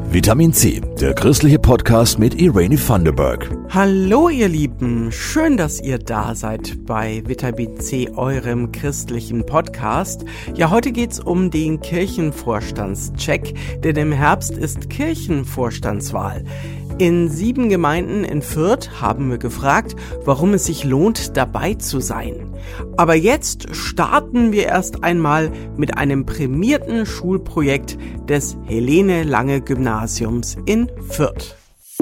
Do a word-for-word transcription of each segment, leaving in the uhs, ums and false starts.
Vitamin C, der christliche Podcast mit Irene Thunderberg. Hallo ihr Lieben, schön, dass ihr da seid bei Vitamin C, eurem christlichen Podcast. Ja, heute geht's um den Kirchenvorstandscheck, denn im Herbst ist Kirchenvorstandswahl. In sieben Gemeinden in Fürth haben wir gefragt, warum es sich lohnt, dabei zu sein. Aber jetzt starten wir erst einmal mit einem prämierten Schulprojekt des Helene-Lange-Gymnasiums in Fürth.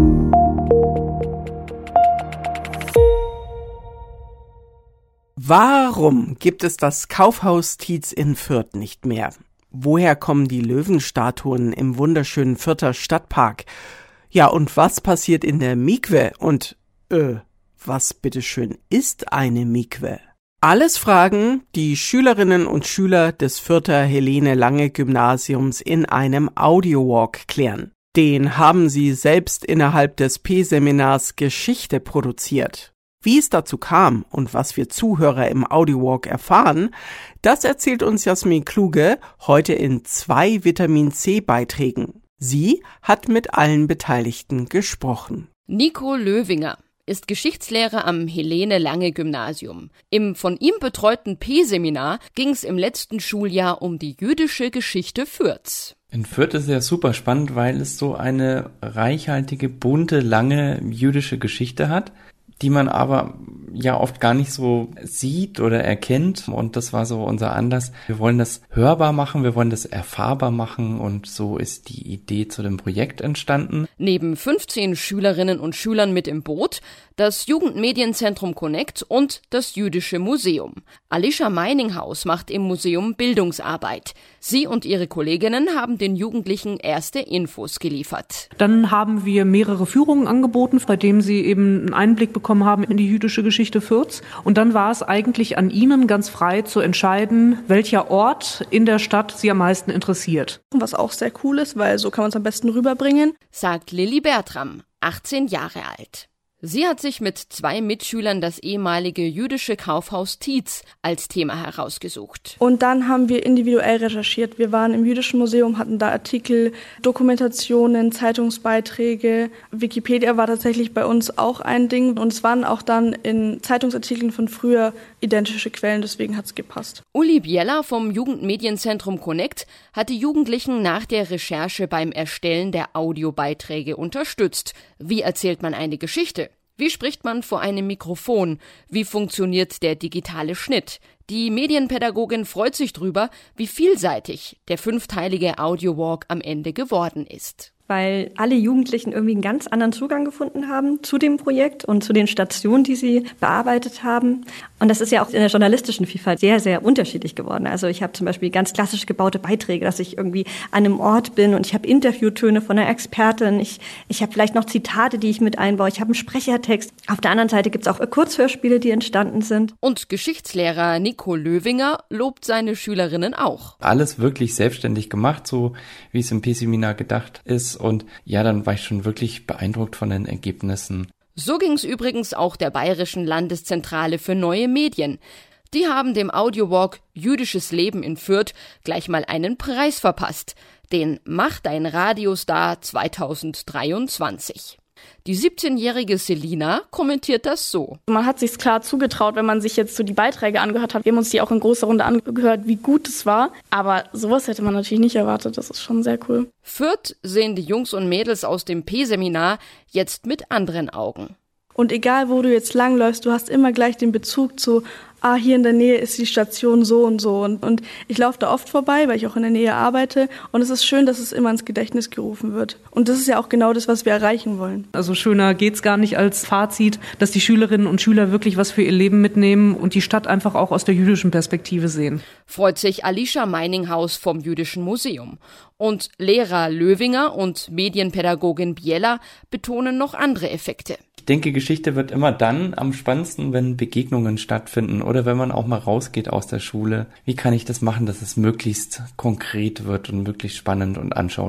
Warum gibt es das Kaufhaus Tietz in Fürth nicht mehr? Woher kommen die Löwenstatuen im wunderschönen Fürther Stadtpark? Ja, und was passiert in der Mikwe? Und, äh, was bitteschön ist eine Mikwe? Alles Fragen, die Schülerinnen und Schüler des Fürther Helene-Lange-Gymnasiums in einem Audiowalk klären. Den haben sie selbst innerhalb des P-Seminars Geschichte produziert. Wie es dazu kam und was wir Zuhörer im Audiowalk erfahren, das erzählt uns Jasmin Kluge heute in zwei Vitamin-C-Beiträgen. Sie hat mit allen Beteiligten gesprochen. Nico Löwinger ist Geschichtslehrer am Helene-Lange-Gymnasium. Im von ihm betreuten P-Seminar ging es im letzten Schuljahr um die jüdische Geschichte Fürths. In Fürth ist es ja super spannend, weil es so eine reichhaltige, bunte, lange jüdische Geschichte hat, die man aber ja oft gar nicht so sieht oder erkennt. Und das war so unser Anlass. Wir wollen das hörbar machen, wir wollen das erfahrbar machen und so ist die Idee zu dem Projekt entstanden. Neben fünfzehn Schülerinnen und Schülern mit im Boot das Jugendmedienzentrum Connect und das Jüdische Museum. Alicia Meininghaus macht im Museum Bildungsarbeit. Sie und ihre Kolleginnen haben den Jugendlichen erste Infos geliefert. Dann haben wir mehrere Führungen angeboten, bei denen sie eben einen Einblick bekommen haben in die jüdische Geschichte Fürths. Und dann war es eigentlich an ihnen ganz frei zu entscheiden, welcher Ort in der Stadt sie am meisten interessiert. Was auch sehr cool ist, weil so kann man es am besten rüberbringen, sagt Lilly Bertram, achtzehn Jahre alt. Sie hat sich mit zwei Mitschülern das ehemalige jüdische Kaufhaus Tietz als Thema herausgesucht. Und dann haben wir individuell recherchiert. Wir waren im Jüdischen Museum, hatten da Artikel, Dokumentationen, Zeitungsbeiträge. Wikipedia war tatsächlich bei uns auch ein Ding. Und es waren auch dann in Zeitungsartikeln von früher identische Quellen, deswegen hat es gepasst. Uli Bieler vom Jugendmedienzentrum Connect hat die Jugendlichen nach der Recherche beim Erstellen der Audiobeiträge unterstützt. Wie erzählt man eine Geschichte? Wie spricht man vor einem Mikrofon? Wie funktioniert der digitale Schnitt? Die Medienpädagogin freut sich drüber, wie vielseitig der fünfteilige Audiowalk am Ende geworden ist. Weil alle Jugendlichen irgendwie einen ganz anderen Zugang gefunden haben zu dem Projekt und zu den Stationen, die sie bearbeitet haben. Und das ist ja auch in der journalistischen Vielfalt sehr, sehr unterschiedlich geworden. Also ich habe zum Beispiel ganz klassisch gebaute Beiträge, dass ich irgendwie an einem Ort bin und ich habe Interviewtöne von einer Expertin. Ich, ich habe vielleicht noch Zitate, die ich mit einbaue. Ich habe einen Sprechertext. Auf der anderen Seite gibt es auch Kurzhörspiele, die entstanden sind. Und Geschichtslehrer Nico Löwinger lobt seine Schülerinnen auch. Alles wirklich selbstständig gemacht, so wie es im P-Seminar gedacht ist. Und ja, dann war ich schon wirklich beeindruckt von den Ergebnissen. So ging's übrigens auch der Bayerischen Landeszentrale für neue Medien. Die haben dem Audiowalk Jüdisches Leben in Fürth gleich mal einen Preis verpasst. Den Mach dein Radiostar zweitausenddreiundzwanzig. Die siebzehnjährige Selina kommentiert das so. Man hat sich's klar zugetraut, wenn man sich jetzt so die Beiträge angehört hat. Wir haben uns die auch in großer Runde angehört, wie gut es war. Aber sowas hätte man natürlich nicht erwartet. Das ist schon sehr cool. Fürth sehen die Jungs und Mädels aus dem P-Seminar jetzt mit anderen Augen. Und egal, wo du jetzt langläufst, du hast immer gleich den Bezug zu, ah, hier in der Nähe ist die Station so und so. Und, und ich laufe da oft vorbei, weil ich auch in der Nähe arbeite. Und es ist schön, dass es immer ins Gedächtnis gerufen wird. Und das ist ja auch genau das, was wir erreichen wollen. Also schöner geht's gar nicht als Fazit, dass die Schülerinnen und Schüler wirklich was für ihr Leben mitnehmen und die Stadt einfach auch aus der jüdischen Perspektive sehen. Freut sich Alicia Meininghaus vom Jüdischen Museum. Und Lehrer Löwinger und Medienpädagogin Bieler betonen noch andere Effekte. Ich denke, Geschichte wird immer dann am spannendsten, wenn Begegnungen stattfinden oder wenn man auch mal rausgeht aus der Schule. Wie kann ich das machen, dass es möglichst konkret wird und möglichst spannend und anschaulich?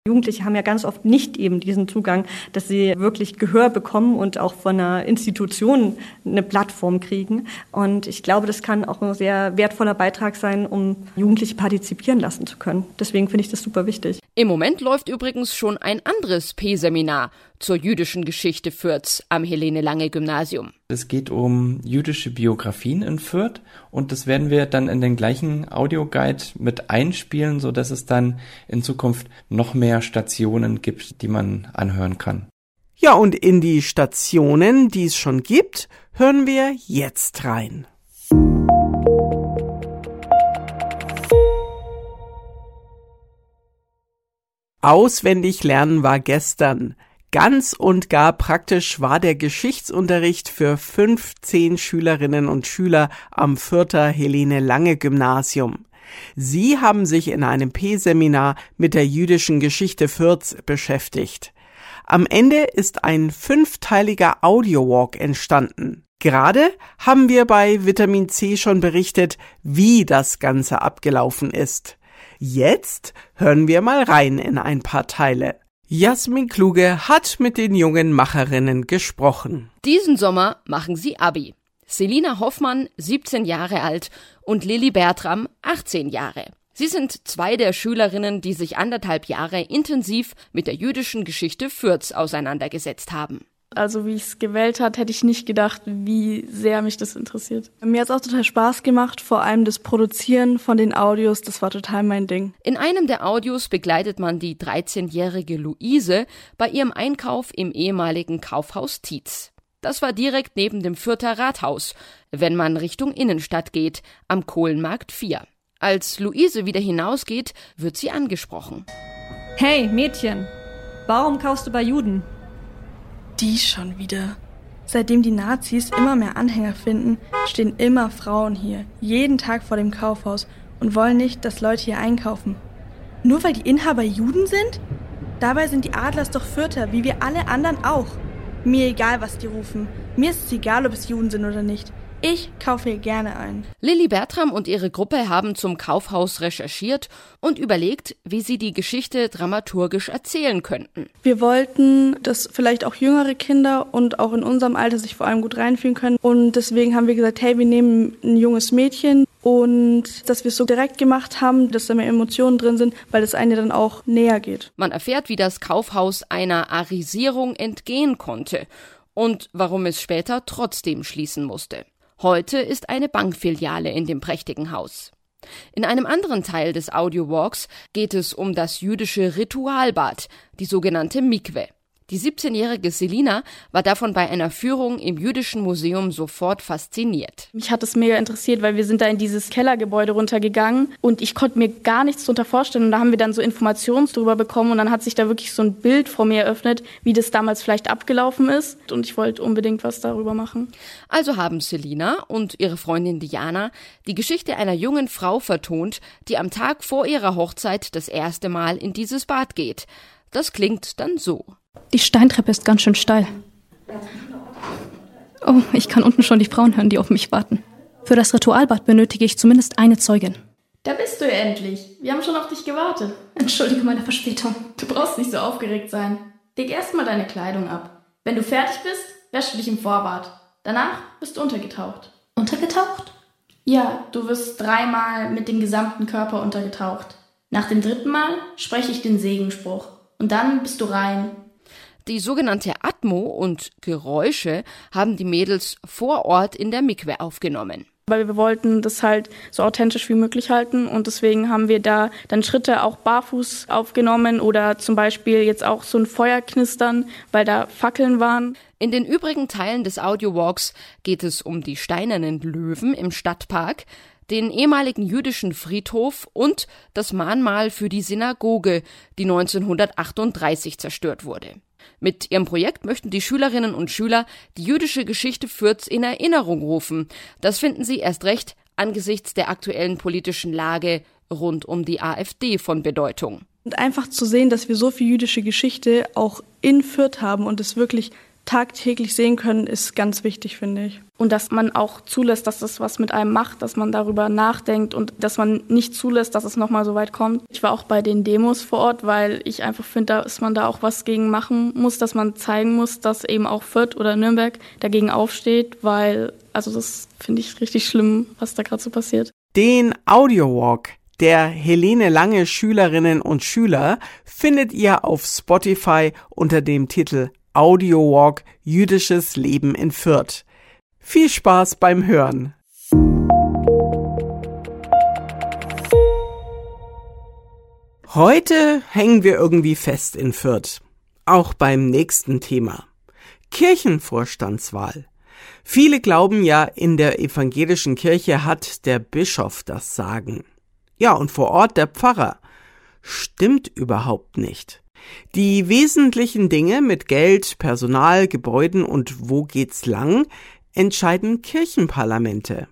Jugendliche haben ja ganz oft nicht eben diesen Zugang, dass sie wirklich Gehör bekommen und auch von einer Institution eine Plattform kriegen. Und ich glaube, das kann auch ein sehr wertvoller Beitrag sein, um Jugendliche partizipieren lassen zu können. Deswegen finde ich das super wichtig. Im Moment läuft übrigens schon ein anderes P-Seminar zur jüdischen Geschichte Fürths am Helene-Lange-Gymnasium. Es geht um jüdische Biografien in Fürth und das werden wir dann in den gleichen Audioguide mit einspielen, sodass es dann in Zukunft noch mehr Stationen gibt, die man anhören kann. Ja, und in die Stationen, die es schon gibt, hören wir jetzt rein. Auswendig lernen war gestern. Ganz und gar praktisch war der Geschichtsunterricht für fünfzehn Schülerinnen und Schüler am Fürther Helene-Lange-Gymnasium. Sie haben sich in einem P-Seminar mit der jüdischen Geschichte Fürths beschäftigt. Am Ende ist ein fünfteiliger Audio-Walk entstanden. Gerade haben wir bei Vitamin C schon berichtet, wie das Ganze abgelaufen ist. Jetzt hören wir mal rein in ein paar Teile. Jasmin Kluge hat mit den jungen Macherinnen gesprochen. Diesen Sommer machen sie Abi. Selina Hoffmann, siebzehn Jahre alt, und Lilly Bertram, achtzehn Jahre. Sie sind zwei der Schülerinnen, die sich anderthalb Jahre intensiv mit der jüdischen Geschichte Fürths auseinandergesetzt haben. Also wie ich es gewählt hat, hätte ich nicht gedacht, wie sehr mich das interessiert. Mir hat es auch total Spaß gemacht, vor allem das Produzieren von den Audios, das war total mein Ding. In einem der Audios begleitet man die dreizehnjährige Luise bei ihrem Einkauf im ehemaligen Kaufhaus Tietz. Das war direkt neben dem Fürther Rathaus, wenn man Richtung Innenstadt geht, am Kohlenmarkt vier. Als Luise wieder hinausgeht, wird sie angesprochen. Hey, Mädchen, warum kaufst du bei Juden? Die schon wieder. Seitdem die Nazis immer mehr Anhänger finden, stehen immer Frauen hier, jeden Tag vor dem Kaufhaus und wollen nicht, dass Leute hier einkaufen. Nur weil die Inhaber Juden sind? Dabei sind die Adlers doch Fürther, wie wir alle anderen auch. Mir egal, was die rufen. Mir ist es egal, ob es Juden sind oder nicht. Ich kaufe hier gerne ein. Lilly Bertram und ihre Gruppe haben zum Kaufhaus recherchiert und überlegt, wie sie die Geschichte dramaturgisch erzählen könnten. Wir wollten, dass vielleicht auch jüngere Kinder und auch in unserem Alter sich vor allem gut reinfühlen können. Und deswegen haben wir gesagt, hey, wir nehmen ein junges Mädchen und dass wir es so direkt gemacht haben, dass da mehr Emotionen drin sind, weil das eine dann auch näher geht. Man erfährt, wie das Kaufhaus einer Arisierung entgehen konnte und warum es später trotzdem schließen musste. Heute ist eine Bankfiliale in dem prächtigen Haus. In einem anderen Teil des Audio-Walks geht es um das jüdische Ritualbad, die sogenannte Mikwe. Die siebzehnjährige Selina war davon bei einer Führung im Jüdischen Museum sofort fasziniert. Mich hat es mega interessiert, weil wir sind da in dieses Kellergebäude runtergegangen und ich konnte mir gar nichts darunter vorstellen. Und da haben wir dann so Informationen drüber bekommen und dann hat sich da wirklich so ein Bild vor mir eröffnet, wie das damals vielleicht abgelaufen ist. Und ich wollte unbedingt was darüber machen. Also haben Selina und ihre Freundin Diana die Geschichte einer jungen Frau vertont, die am Tag vor ihrer Hochzeit das erste Mal in dieses Bad geht. Das klingt dann so. Die Steintreppe ist ganz schön steil. Oh, ich kann unten schon die Frauen hören, die auf mich warten. Für das Ritualbad benötige ich zumindest eine Zeugin. Da bist du ja endlich. Wir haben schon auf dich gewartet. Entschuldige meine Verspätung. Du brauchst nicht so aufgeregt sein. Leg erstmal deine Kleidung ab. Wenn du fertig bist, wäschst du dich im Vorbad. Danach bist du untergetaucht. Untergetaucht? Ja, du wirst dreimal mit dem gesamten Körper untergetaucht. Nach dem dritten Mal spreche ich den Segenspruch. Und dann bist du rein. Die sogenannte Atmo und Geräusche haben die Mädels vor Ort in der Mikwe aufgenommen. Weil wir wollten das halt so authentisch wie möglich halten und deswegen haben wir da dann Schritte auch barfuß aufgenommen oder zum Beispiel jetzt auch so ein Feuerknistern, weil da Fackeln waren. In den übrigen Teilen des Audio-Walks geht es um die steinernen Löwen im Stadtpark, den ehemaligen jüdischen Friedhof und das Mahnmal für die Synagoge, die neunzehnhundertachtunddreißig zerstört wurde. Mit ihrem Projekt möchten die Schülerinnen und Schüler die jüdische Geschichte Fürths in Erinnerung rufen. Das finden sie erst recht angesichts der aktuellen politischen Lage rund um die AfD von Bedeutung. Und einfach zu sehen, dass wir so viel jüdische Geschichte auch in Fürth haben und es wirklich tagtäglich sehen können, ist ganz wichtig, finde ich. Und dass man auch zulässt, dass das was mit einem macht, dass man darüber nachdenkt und dass man nicht zulässt, dass es nochmal so weit kommt. Ich war auch bei den Demos vor Ort, weil ich einfach finde, dass man da auch was gegen machen muss, dass man zeigen muss, dass eben auch Fürth oder Nürnberg dagegen aufsteht, weil, also das finde ich richtig schlimm, was da gerade so passiert. Den Audiowalk der Helene Lange Schülerinnen und Schüler findet ihr auf Spotify unter dem Titel Audiowalk Jüdisches Leben in Fürth. Viel Spaß beim Hören. Heute hängen wir irgendwie fest in Fürth. Auch beim nächsten Thema. Kirchenvorstandswahl. Viele glauben ja, in der evangelischen Kirche hat der Bischof das Sagen. Ja, und vor Ort der Pfarrer. Stimmt überhaupt nicht. Die wesentlichen Dinge mit Geld, Personal, Gebäuden und wo geht's lang, entscheiden Kirchenparlamente.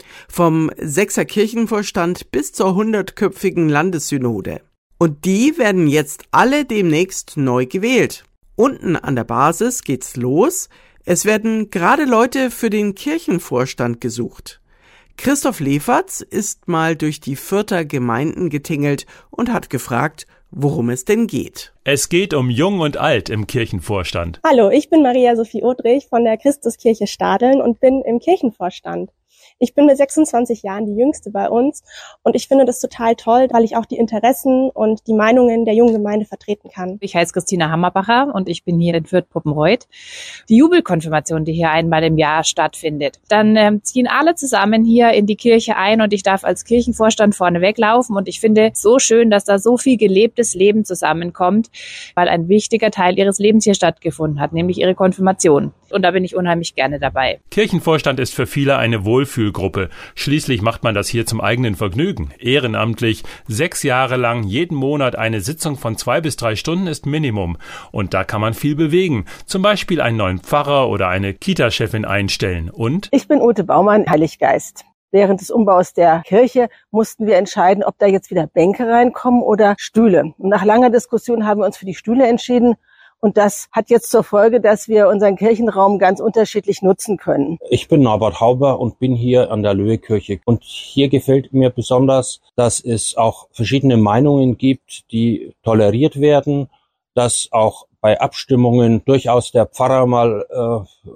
Vom Sechser Kirchenvorstand bis zur hundertköpfigen Landessynode. Und die werden jetzt alle demnächst neu gewählt. Unten an der Basis geht's los. Es werden gerade Leute für den Kirchenvorstand gesucht. Christoph Leferz ist mal durch die Fürther Gemeinden getingelt und hat gefragt, worum es denn geht. Es geht um Jung und Alt im Kirchenvorstand. Hallo, ich bin Maria Sophie Odrich von der Christuskirche Stadeln und bin im Kirchenvorstand. Ich bin mit sechsundzwanzig Jahren die Jüngste bei uns und ich finde das total toll, weil ich auch die Interessen und die Meinungen der jungen Gemeinde vertreten kann. Ich heiße Christina Hammerbacher und ich bin hier in Fürth-Poppenreuth. Die Jubelkonfirmation, die hier einmal im Jahr stattfindet. Dann ähm, ziehen alle zusammen hier in die Kirche ein und ich darf als Kirchenvorstand vorne weglaufen und ich finde es so schön, dass da so viel gelebtes Leben zusammenkommt, weil ein wichtiger Teil ihres Lebens hier stattgefunden hat, nämlich ihre Konfirmation. Und da bin ich unheimlich gerne dabei. Kirchenvorstand ist für viele eine Wohlfühlgruppe. Schließlich macht man das hier zum eigenen Vergnügen. Ehrenamtlich. Sechs Jahre lang, jeden Monat eine Sitzung von zwei bis drei Stunden ist Minimum. Und da kann man viel bewegen. Zum Beispiel einen neuen Pfarrer oder eine Kita-Chefin einstellen. Und? Ich bin Ute Baumann, Heiliggeist. Während des Umbaus der Kirche mussten wir entscheiden, ob da jetzt wieder Bänke reinkommen oder Stühle. Und nach langer Diskussion haben wir uns für die Stühle entschieden. Und das hat jetzt zur Folge, dass wir unseren Kirchenraum ganz unterschiedlich nutzen können. Ich bin Norbert Hauber und bin hier an der Löhekirche. Und hier gefällt mir besonders, dass es auch verschiedene Meinungen gibt, die toleriert werden, dass auch bei Abstimmungen durchaus der Pfarrer mal äh,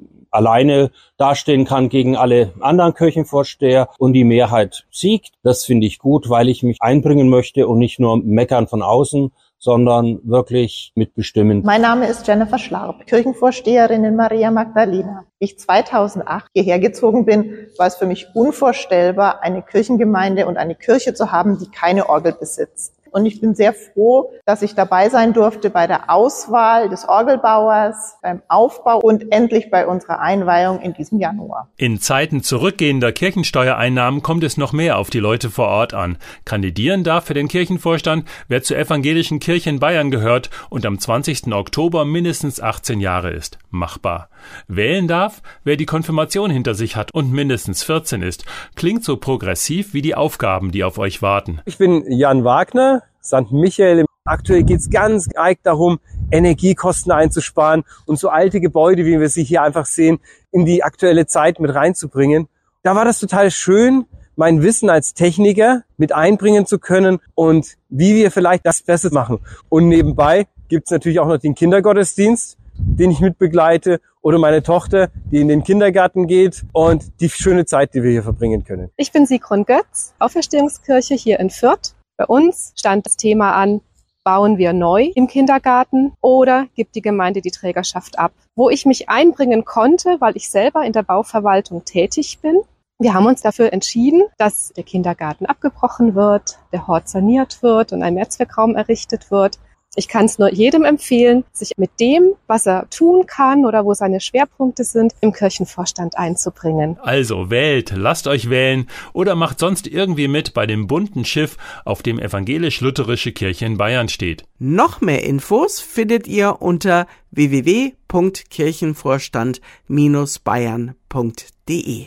alleine dastehen kann gegen alle anderen Kirchenvorsteher und die Mehrheit siegt. Das finde ich gut, weil ich mich einbringen möchte und nicht nur meckern von außen, sondern wirklich mitbestimmen. Mein Name ist Jennifer Schlarb, Kirchenvorsteherin in Maria Magdalena. Wie ich zweitausendacht hierher gezogen bin, war es für mich unvorstellbar, eine Kirchengemeinde und eine Kirche zu haben, die keine Orgel besitzt. Und ich bin sehr froh, dass ich dabei sein durfte bei der Auswahl des Orgelbauers, beim Aufbau und endlich bei unserer Einweihung in diesem Januar. In Zeiten zurückgehender Kirchensteuereinnahmen kommt es noch mehr auf die Leute vor Ort an. Kandidieren darf für den Kirchenvorstand, wer zur evangelischen Kirche in Bayern gehört und am zwanzigsten Oktober mindestens achtzehn Jahre ist. Machbar. Wählen darf, wer die Konfirmation hinter sich hat und mindestens vierzehn ist. Klingt so progressiv wie die Aufgaben, die auf euch warten. Ich bin Jan Wagner, Sankt Michael. Aktuell geht es ganz arg darum, Energiekosten einzusparen und so alte Gebäude, wie wir sie hier einfach sehen, in die aktuelle Zeit mit reinzubringen. Da war das total schön, mein Wissen als Techniker mit einbringen zu können und wie wir vielleicht das besser machen. Und nebenbei gibt es natürlich auch noch den Kindergottesdienst, den ich mitbegleite, oder meine Tochter, die in den Kindergarten geht und die schöne Zeit, die wir hier verbringen können. Ich bin Sigrun Götz, Auferstehungskirche hier in Fürth. Bei uns stand das Thema an, bauen wir neu im Kindergarten oder gibt die Gemeinde die Trägerschaft ab? Wo ich mich einbringen konnte, weil ich selber in der Bauverwaltung tätig bin. Wir haben uns dafür entschieden, dass der Kindergarten abgebrochen wird, der Hort saniert wird und ein Mehrzweckraum errichtet wird. Ich kann es nur jedem empfehlen, sich mit dem, was er tun kann oder wo seine Schwerpunkte sind, im Kirchenvorstand einzubringen. Also wählt, lasst euch wählen oder macht sonst irgendwie mit bei dem bunten Schiff, auf dem evangelisch-lutherische Kirche in Bayern steht. Noch mehr Infos findet ihr unter w w w punkt kirchenvorstand Bindestrich bayern punkt d e.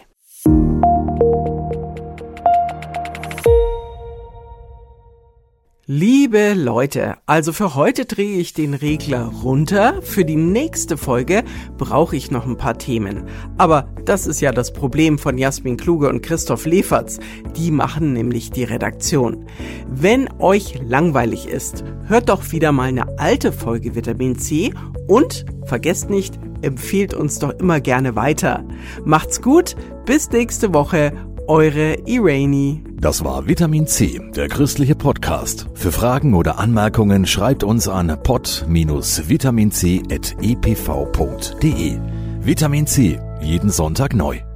Liebe Leute, also für heute drehe ich den Regler runter. Für die nächste Folge brauche ich noch ein paar Themen. Aber das ist ja das Problem von Jasmin Kluge und Christoph Leferz. Die machen nämlich die Redaktion. Wenn euch langweilig ist, hört doch wieder mal eine alte Folge Vitamin C und vergesst nicht, empfehlt uns doch immer gerne weiter. Macht's gut, bis nächste Woche. Eure Irene. Das war Vitamin C, der christliche Podcast. Für Fragen oder Anmerkungen schreibt uns an pod dash vitamin c at e p v punkt d e. Vitamin C, jeden Sonntag neu.